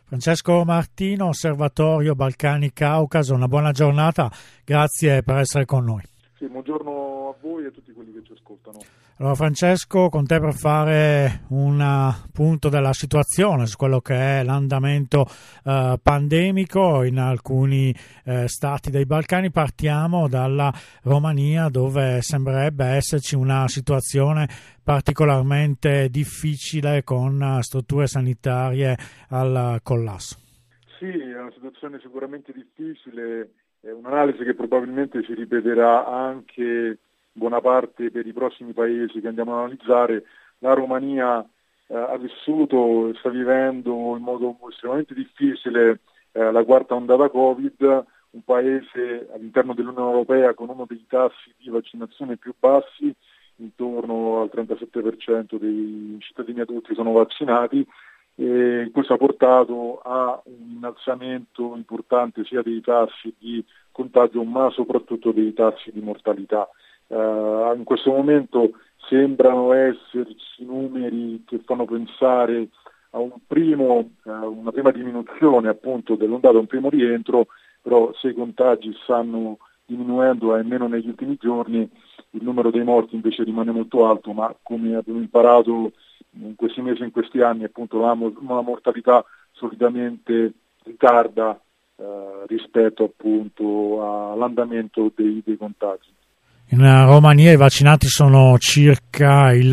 Francesco Martino, Osservatorio Balcani Caucaso, una buona giornata, grazie per essere con noi. Sì, buongiorno a voi e a tutti quelli che ci ascoltano. Allora Francesco, con te per fare un punto della situazione su quello che è l'andamento pandemico in alcuni stati dei Balcani, partiamo dalla Romania, dove sembrerebbe esserci una situazione particolarmente difficile con strutture sanitarie al collasso. Sì, è una situazione sicuramente difficile, è un'analisi che probabilmente si ripeterà anche buona parte per i prossimi paesi che andiamo ad analizzare. La Romania ha vissuto e sta vivendo in modo estremamente difficile la quarta ondata Covid, un paese all'interno dell'Unione Europea con uno dei tassi di vaccinazione più bassi, intorno al 37% dei cittadini adulti sono vaccinati, e questo ha portato a un innalzamento importante sia dei tassi di contagio ma soprattutto dei tassi di mortalità. In questo momento sembrano esserci numeri che fanno pensare a una prima diminuzione appunto dell'ondata, un primo rientro, però se i contagi stanno diminuendo almeno negli ultimi giorni, il numero dei morti invece rimane molto alto, ma come abbiamo imparato in questi mesi, in questi anni, appunto la mortalità solitamente ritarda rispetto appunto all'andamento dei contagi. In Romania i vaccinati sono circa il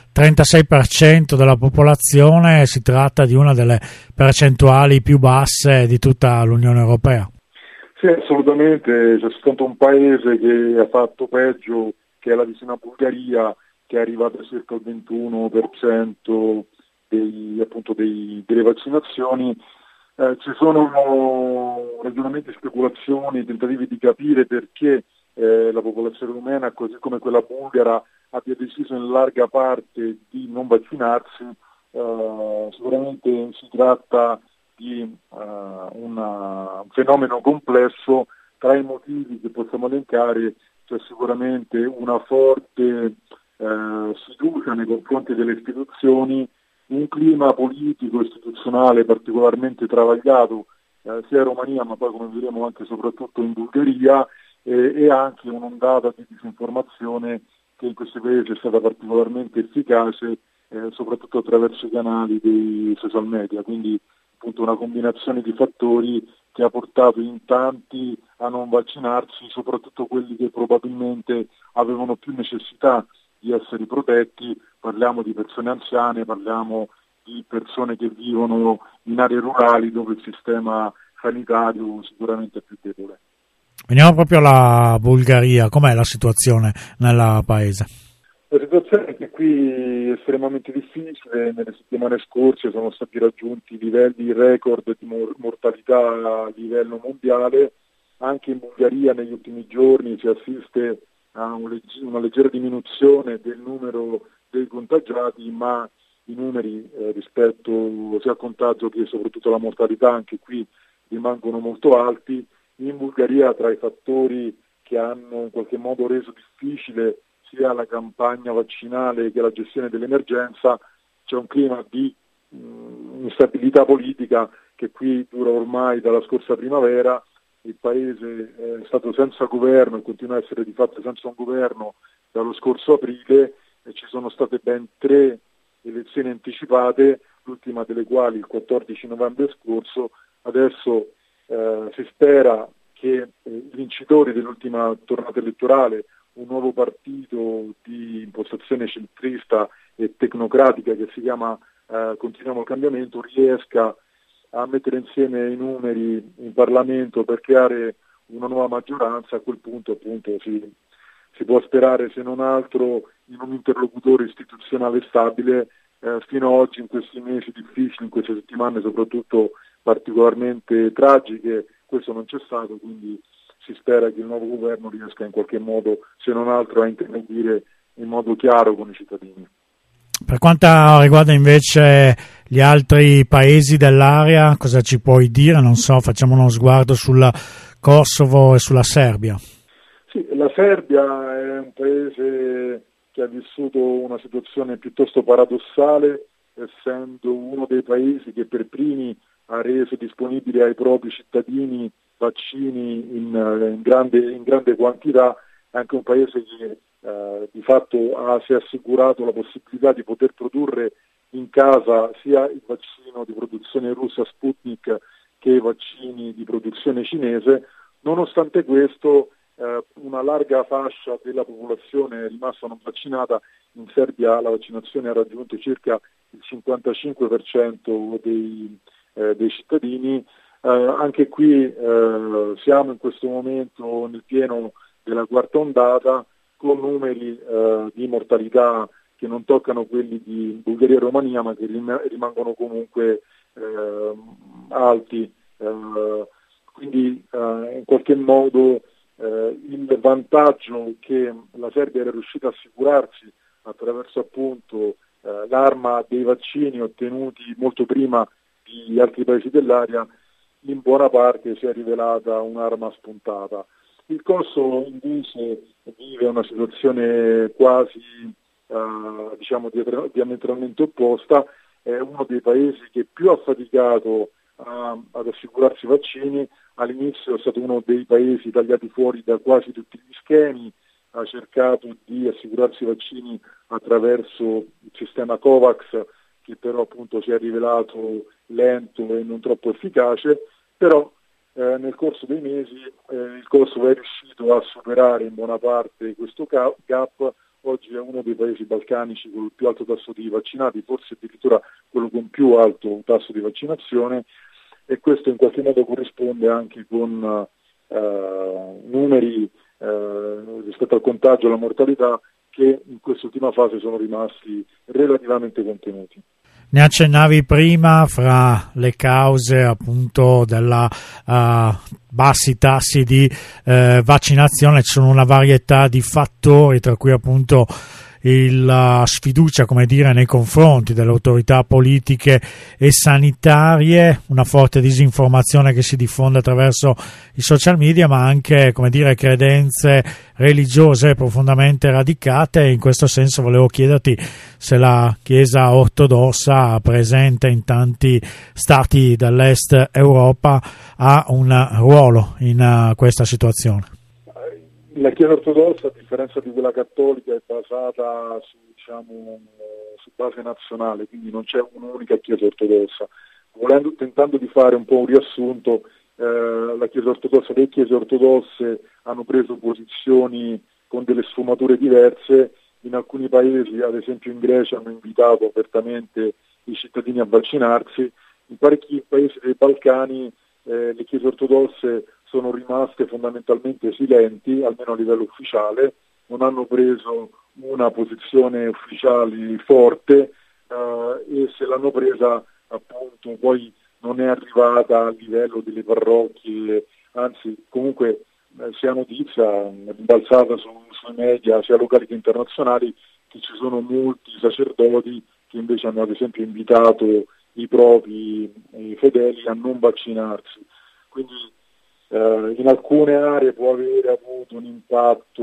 36% della popolazione, si tratta di una delle percentuali più basse di tutta l'Unione Europea. Sì, assolutamente, c'è stato un paese che ha fatto peggio, che è la vicina Bulgaria, che è arrivata a circa il 21% delle vaccinazioni. Ci sono ragionamenti, speculazioni, tentativi di capire perché la popolazione rumena, così come quella bulgara, abbia deciso in larga parte di non vaccinarsi. Sicuramente si tratta di un fenomeno complesso. Tra i motivi che possiamo elencare c'è sicuramente una forte sfiducia nei confronti delle istituzioni, un clima politico istituzionale particolarmente travagliato sia in Romania ma poi, come vedremo, anche e soprattutto in Bulgaria, e anche un'ondata di disinformazione che in questi paesi è stata particolarmente efficace, soprattutto attraverso i canali dei social media, quindi appunto una combinazione di fattori che ha portato in tanti a non vaccinarsi, soprattutto quelli che probabilmente avevano più necessità di essere protetti. Parliamo di persone anziane, parliamo di persone che vivono in aree rurali dove il sistema sanitario sicuramente è più debole. Veniamo proprio alla Bulgaria, com'è la situazione nel paese? La situazione è che qui è estremamente difficile, nelle settimane scorse sono stati raggiunti livelli record di mortalità a livello mondiale. Anche in Bulgaria negli ultimi giorni si assiste a una leggera diminuzione del numero dei contagiati, ma i numeri rispetto sia al contagio che soprattutto alla mortalità anche qui rimangono molto alti. In Bulgaria, tra i fattori che hanno in qualche modo reso difficile sia la campagna vaccinale che la gestione dell'emergenza, c'è un clima di instabilità politica che qui dura ormai dalla scorsa primavera. Il paese è stato senza governo e continua a essere di fatto senza un governo dallo scorso aprile, e ci sono state ben 3 elezioni anticipate, l'ultima delle quali il 14 novembre scorso. Adesso si spera che i vincitori dell'ultima tornata elettorale, un nuovo partito di impostazione centrista e tecnocratica che si chiama Continuiamo il Cambiamento, riesca a mettere insieme i numeri in Parlamento per creare una nuova maggioranza. A quel punto appunto si può sperare, se non altro, in un interlocutore istituzionale stabile. Fino ad oggi, in questi mesi difficili, in queste settimane soprattutto particolarmente tragiche, questo non c'è stato, quindi si spera che il nuovo governo riesca in qualche modo, se non altro, a interloquire in modo chiaro con i cittadini. Per quanto riguarda invece gli altri paesi dell'area, cosa ci puoi dire? Non so, facciamo uno sguardo sul Kosovo e sulla Serbia. Sì, la Serbia è un paese che ha vissuto una situazione piuttosto paradossale, essendo uno dei paesi che per primi ha reso disponibili ai propri cittadini vaccini in grande quantità, è anche un paese che di fatto si è assicurato la possibilità di poter produrre in casa sia il vaccino di produzione russa Sputnik che i vaccini di produzione cinese. Nonostante questo, una larga fascia della popolazione è rimasta non vaccinata. In Serbia la vaccinazione ha raggiunto circa il 55% dei cittadini. Anche qui siamo in questo momento nel pieno della quarta ondata, con numeri di mortalità che non toccano quelli di Bulgaria e Romania, ma che rimangono comunque alti. Quindi in qualche modo il vantaggio che la Serbia era riuscita a assicurarsi attraverso appunto l'arma dei vaccini ottenuti molto prima di altri paesi dell'area, in buona parte si è rivelata un'arma spuntata. Il Kosovo invece vive una situazione quasi diametralmente opposta. È uno dei paesi che più ha faticato ad assicurarsi i vaccini. All'inizio è stato uno dei paesi tagliati fuori da quasi tutti gli schemi, ha cercato di assicurarsi i vaccini attraverso il sistema COVAX, che però appunto si è rivelato lento e non troppo efficace, però nel corso dei mesi il Kosovo è riuscito a superare in buona parte questo gap. Oggi è uno dei paesi balcanici con il più alto tasso di vaccinati, forse addirittura quello con più alto tasso di vaccinazione, e questo in qualche modo corrisponde anche con numeri rispetto al contagio e alla mortalità che in quest'ultima fase sono rimasti relativamente contenuti. Ne accennavi prima, fra le cause appunto della bassi tassi di vaccinazione ci sono una varietà di fattori, tra cui appunto la sfiducia, come dire, nei confronti delle autorità politiche e sanitarie, una forte disinformazione che si diffonde attraverso i social media, ma anche, come dire, credenze religiose profondamente radicate. E in questo senso volevo chiederti se la Chiesa ortodossa, presente in tanti stati dell'est Europa, ha un ruolo in questa situazione. La Chiesa ortodossa, a differenza di quella cattolica, è basata su base nazionale, quindi non c'è un'unica Chiesa ortodossa. Tentando di fare un po' un riassunto, la Chiesa ortodossa, le Chiese ortodosse hanno preso posizioni con delle sfumature diverse. In alcuni paesi, ad esempio in Grecia, hanno invitato apertamente i cittadini a vaccinarsi. In parecchi paesi dei Balcani le Chiese ortodosse sono rimaste fondamentalmente silenti, almeno a livello ufficiale, non hanno preso una posizione ufficiale forte e se l'hanno presa appunto poi non è arrivata a livello delle parrocchie, anzi comunque sia notizia rimbalzata sui media sia locali che internazionali che ci sono molti sacerdoti che invece hanno ad esempio invitato i propri fedeli a non vaccinarsi. Quindi in alcune aree può avere avuto un impatto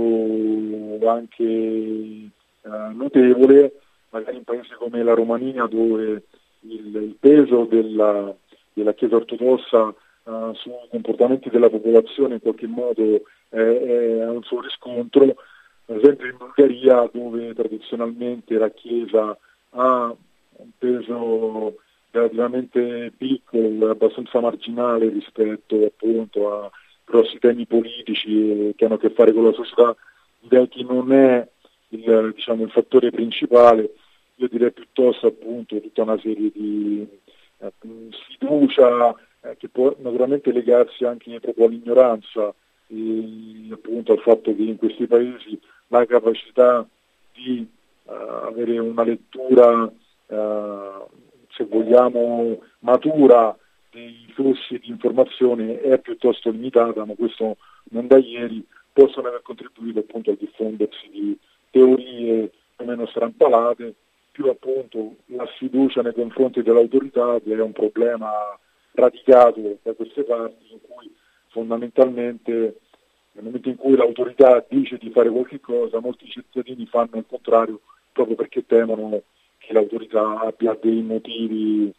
anche notevole, magari in paesi come la Romania, dove il peso della Chiesa ortodossa sui comportamenti della popolazione in qualche modo ha un suo riscontro. Per esempio in Bulgaria, dove tradizionalmente la Chiesa ha un peso relativamente piccolo, abbastanza marginale rispetto appunto a grossi temi politici che hanno a che fare con la società, direi che non è il fattore principale. Io direi piuttosto appunto tutta una serie di sfiducia che può naturalmente legarsi anche proprio all'ignoranza e appunto al fatto che in questi paesi la capacità di avere una lettura se vogliamo matura dei flussi di informazione è piuttosto limitata, ma questo non da ieri, possono aver contribuito appunto al diffondersi di teorie più o meno strampalate, più appunto la sfiducia nei confronti dell'autorità, che è un problema radicato da queste parti, in cui fondamentalmente nel momento in cui l'autorità dice di fare qualche cosa, molti cittadini fanno il contrario proprio perché temono che l'autorità abbia dei motivi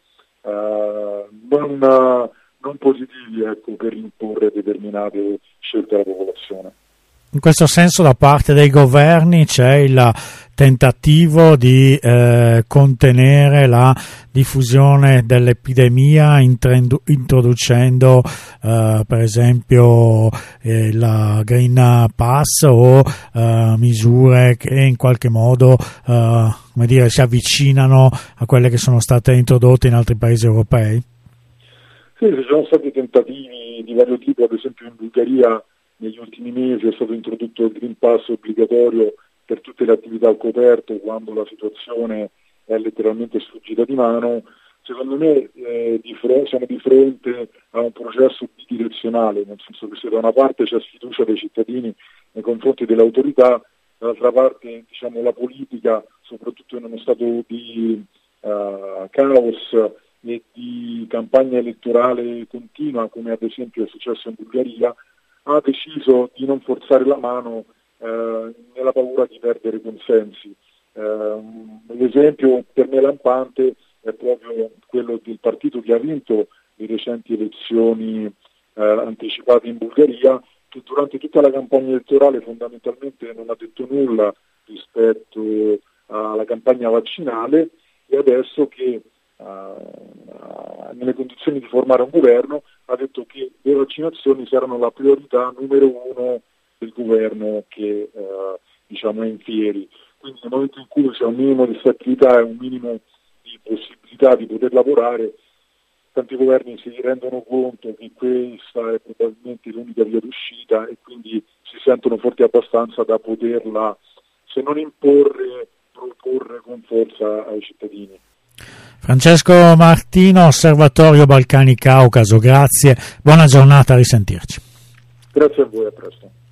non positivi, ecco, per imporre determinate scelte alla popolazione. In questo senso da parte dei governi c'è il tentativo di contenere la diffusione dell'epidemia introducendo per esempio la Green Pass o misure che in qualche modo si avvicinano a quelle che sono state introdotte in altri paesi europei? Sì, ci sono stati tentativi di vario tipo, ad esempio in Bulgaria negli ultimi mesi è stato introdotto il Green Pass obbligatorio per tutte le attività al coperto quando la situazione è letteralmente sfuggita di mano. Secondo me siamo di fronte a un processo bidirezionale, nel senso che se da una parte c'è sfiducia dei cittadini nei confronti delle autorità, dall'altra parte la politica, soprattutto in uno stato di caos e di campagna elettorale continua, come ad esempio è successo in Bulgaria, ha deciso di non forzare la mano nella paura di perdere consensi. L'esempio per me lampante è proprio quello del partito che ha vinto le recenti elezioni anticipate in Bulgaria, che durante tutta la campagna elettorale fondamentalmente non ha detto nulla rispetto alla campagna vaccinale, e adesso che nelle condizioni di formare un governo ha detto che le vaccinazioni saranno la priorità numero uno del governo che è in fieri. Quindi nel momento in cui c'è un minimo di stabilità e un minimo di possibilità di poter lavorare, tanti governi si rendono conto che questa è probabilmente l'unica via d'uscita e quindi si sentono forti abbastanza da poterla, se non imporre, proporre con forza ai cittadini. Francesco Martino, Osservatorio Balcani Caucaso, grazie, buona giornata, a risentirci. Grazie a voi, a presto.